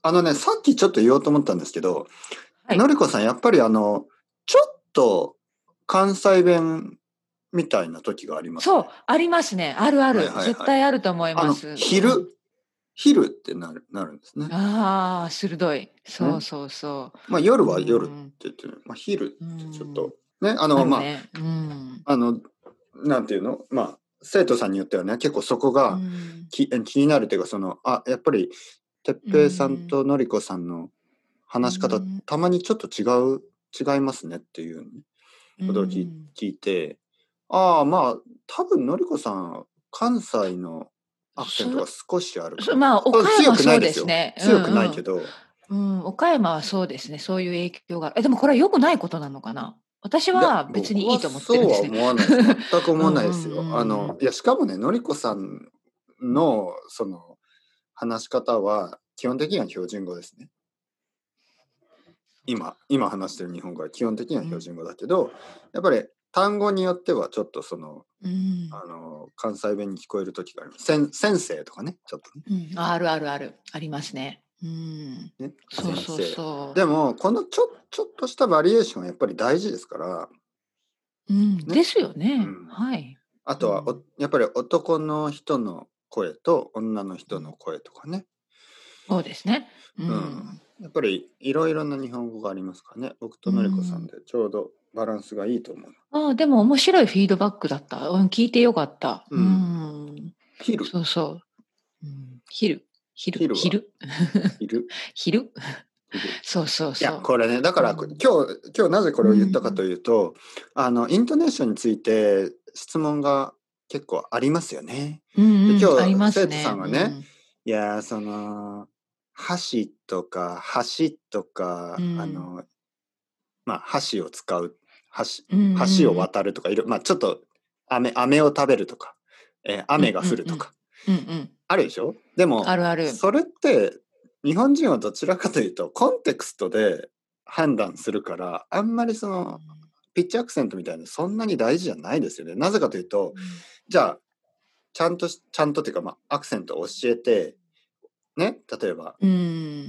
さっきちょっと言おうと思ったんですけど、 はい。 のりこさん、やっぱりちょっと関西弁みたいな時がありますそう、 ね。 ありますね。あるあはいる。 はいはい。 絶対あると思います。うん。 昼ってなるんですね。 ああ、鋭い。そうね。 そうそまあう。 夜うは夜ってん。 言ってる。まあ昼っうてちょっん。 と、ね、まあるね。うん。 あ、なんていうのまあ、生徒さんによってはね、結構そこうがん。 気になるというか、やっぱり、てっうぺいさんん。 とのりこさんのう話し方、 ん。 たまにちょっと違いますねっていううことをん。 聞いて、ああ、まあ、多分のりこさん、関西のアクセントが少しあるかも。 まあ、岡強くな山そういですよ。 ですね。う強くないけんど、 うん。うん、岡山はそうですね。そういう影響が。でもこれは良くないことなのかな。私いや、 は別僕はにいいと思ってるんそうはですね。 思わないです。全く思わうんうないですよ。 んいや、しかもね、のりこさんの、話し方は、基本的には標準語ですね。今話してる日本語は基本的にはうん。うん標準語だけど、やっぱり単語によってはちょっとうん。 関西弁に聞こえる時があります。先生とかね、ちょっとね。 うん、あるあるある。ありますね。うん。 ね、 そうそう先生。 そでも、このちょっとしたバリエーションはやっぱり大事ですから、 う。うん、 ね。 ですよね。 うん。 はい。 あとはうん。 やっぱり男の人の声と女のうん、 人の声とかね。 そうですね。ううん。 ん。 やっぱりいろいろな日本語がありますからね。僕うとのりこさんん。 でちょうどバランスがいいと思う。 ああ、でも面白いフィードバックだった。うん、聞いてよかった。ううん。 ん。 昼。 そうそう。うん、昼、昼、 昼は、 昼、 昼。 昼。 昼。 そうそういや、 そこれね、だかう。うらん。 今日なぜこれを言ったかとうん。 いうと、イントネーションについて質問が結構ありますよね。で、 うんうん、あり今日生徒さますね。 んがね、 うん。 いや、箸とか橋とうか、 ん。 まあ、箸を使う、 うんうんうん。 橋を渡るとかまあ、ちょっと飴を食べるとか、 うん雨がうんうん。 降るとか、 うんうん。 あるでしょ。でも、 あるある。 それって、日本人はどちらかというと、コンテクストで判断するから、あんまりピッチアクセントみたいな、そんなに大事じゃないですよね。なぜかというと、 うん。 じゃあ、ちゃんとっていうか、まあ、アクセントを教えて、ね、例えば、 うん。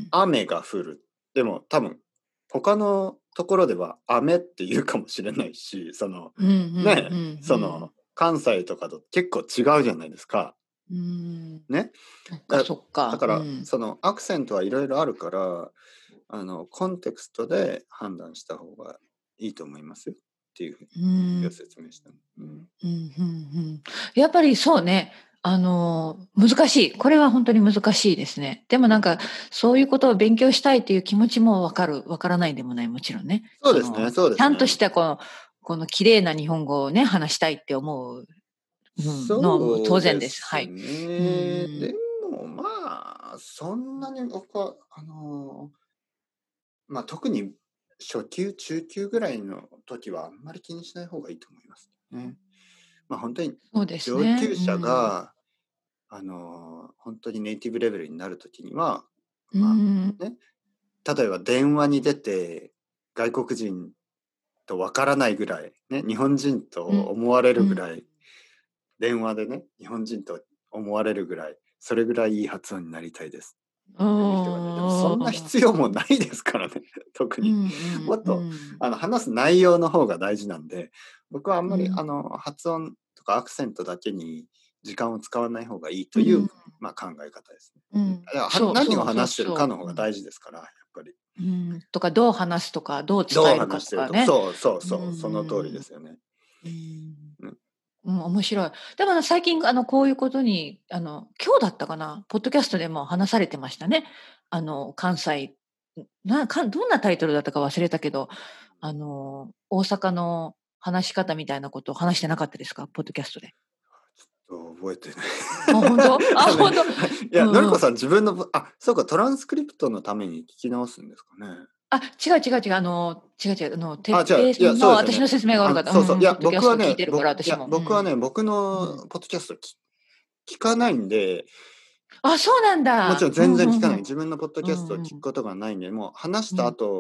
雨が降る。でも、多分、他のところでは雨って言うかもしれないし、 うんうんうね、 ん関西とかと結構違うじゃないですか。 うん。うん。 ね。 そっかだ、 そっか。 だから、 うん。 アクセントはいろいろあるから、コンテクストで判断した方がいいと思いますよっていうふうにうん。 説明したの。うん。 うんうんうん。やっぱりそうね。難しい。これは本当に難しいですね。でもなんか、そういうことを勉強したいという気持ちもわからないでもない、もちろんね。 そうですね、そうですね。 ちゃんとしたこの綺麗な日本語をね、話したいって思う、うん、のもそうで当然です。はすい。うね。 ん。 でも、まあ、そんなに僕は、まあ、特に初級、中級ぐらいの時はあんまり気にしない方がいいと思いますね。まあ、本当にそうですね。 上級者うん。 が、本当にネイティブレベルになる時には、 うまん。 あ、ね、例えば電話に出て外国人とわからないぐらい、ね、日本人とうん。 思われうん。 るぐらい、電話でね、日本人と思われるぐらい、それぐらいいい発音になりたいですうっていう人がね、でもそんなん。 必要もないですからね、特に。 うんうんうもっとん。 話す内容の方が大事なんで、僕はあんまりうん。 発音とかアクセントだけに時間を使わない方がいいという、 うん。 まあ、考え方ですね。 うん。 だからそう何をそうそう話してるかそう。うん。 の方が大事ですから、やっぱり。 うん。とか、どう話すとか、どうどう伝えるか話してるとか、 とかね。うんうその通りでんすよね。 うん。 うん、 うん、面白い。でも最近、こういうことに、今日だったかな、ポッドキャストでも話されてましたね。関西、どんなタイトルだったか忘れたけど、大阪の話し方みたいなことを話してなかったですか？ポッドキャストで。 覚えてない。 あ、本当？あ、 ね、 本当？ いや、のりうんうん。 こさん自分の、そうか、トランスクリプトのために聞き直すんですかね。 あ、違う違う違う、違う違う、哲じゃあ、いや、 平さんのそうですよね。 私の説明が悪かった。うそうそう。いんうん、ポや、 ッドキャスト聞いてるから、私も。うん。 僕のうん。 ポッドキャスト聞かないんで、 あ、そうなんもちろんだ。うんう全然聞かない。 んうん。 自分のポッドうキャストをんうん。 聞くことがないんで、もう話しうん。 た後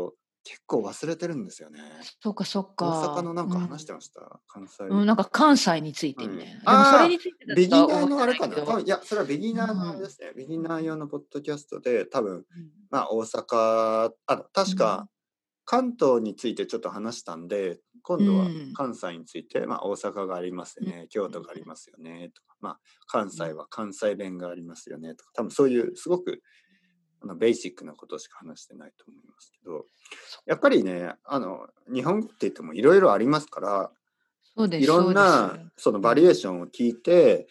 結構忘れてるんですよね。 そうか、そっ大か。 阪のなんか話してました？関西。 なんか関西についてみたいな。でもそれああ、 についてだビギナーとは覚えてのあれかな。 ないけど。 いや、それはビギナーのあれですね。ビギナー用のポッドキャストで、多分、大阪、確か関東についてちょっと話したんで、今度は関西について、大阪がありますよね、京都がありますよね、とか、関西は関西弁がありますよね、とか、多分そういうすごくベーシックなことしか話してないと思いますけど、やっぱりね、日本語って言ってもいろいろありますから、いろんなそのバリエーションを聞いて、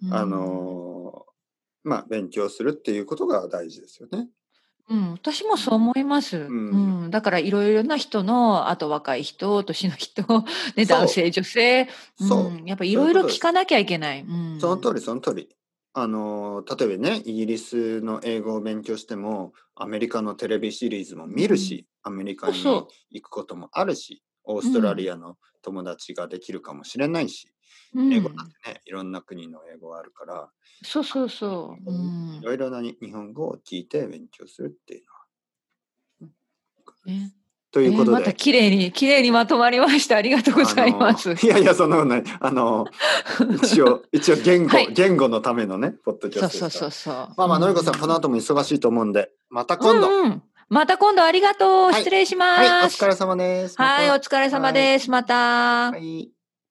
勉強するっていうことが大事ですよね。 私もそう思います。だからいろいろな人の、あと若い人、年の人、ね、男性、女性、やっぱいろいろ聞かなきゃいけない。 その通り、その通り。例えばね、イギリスの英語を勉強しても、アメリカのテレビシリーズも見るし、アメリカに行くこともあるし、オーストラリアの友達ができるかもしれないし、英語なんてね、いろんな国の英語があるから、 そうそうそう。 いろいろな日本語を聞いて勉強するっていうのは。ということで。 また綺麗にまとまりました。ありがとうございます。 いや、そんなことない。一応言語のためのね、ポッドキャストですから。そう。のりこさん、この後も忙しいと思うんで、また今度。 また今度ありがとう。失礼します。 はい、お疲れ様です。 はい、お疲れ様です。また。 はい。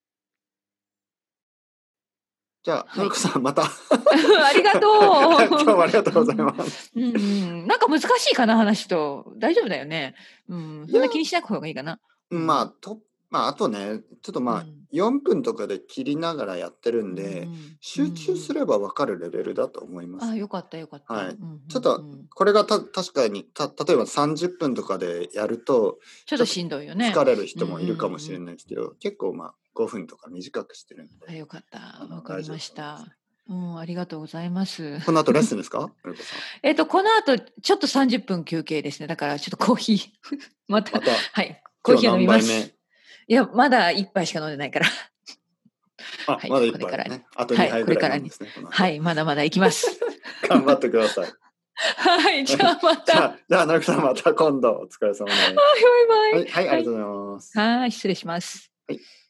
じゃあ、のりこさん、また。 ありがとう。 今日もありがとうございます。 なんか難しいかな、話と。大丈夫だよね。そんな気にしない方がいいかな。 あとね、ちょっと4分とかで切りながらやってるんで、集中すれば分かるレベルだと思います。 よかった。 はい。ちょっと、これが確かに、例えば30分とかでやると、 ちょっとしんどいよね。 疲れる人もいるかもしれないですけど、結構5分とか短くしてるんで。 よかった。わかりました。ありがとうございます。 この後レッスンですか？ この後、ちょっと30分休憩ですね。だからちょっとコーヒー、また、はい、コーヒーを飲みます。いや、まだ1杯しか飲んでないから。 まだ1杯ね。あと2杯ぐらいなんですね。 はい、まだまだ行きます。 頑張ってください。 はい、じゃあまた。 じゃあ、のりこさんまた今度お疲れ様です。 バイバイ。 はい、ありがとうございます。 はい、失礼します。 はい。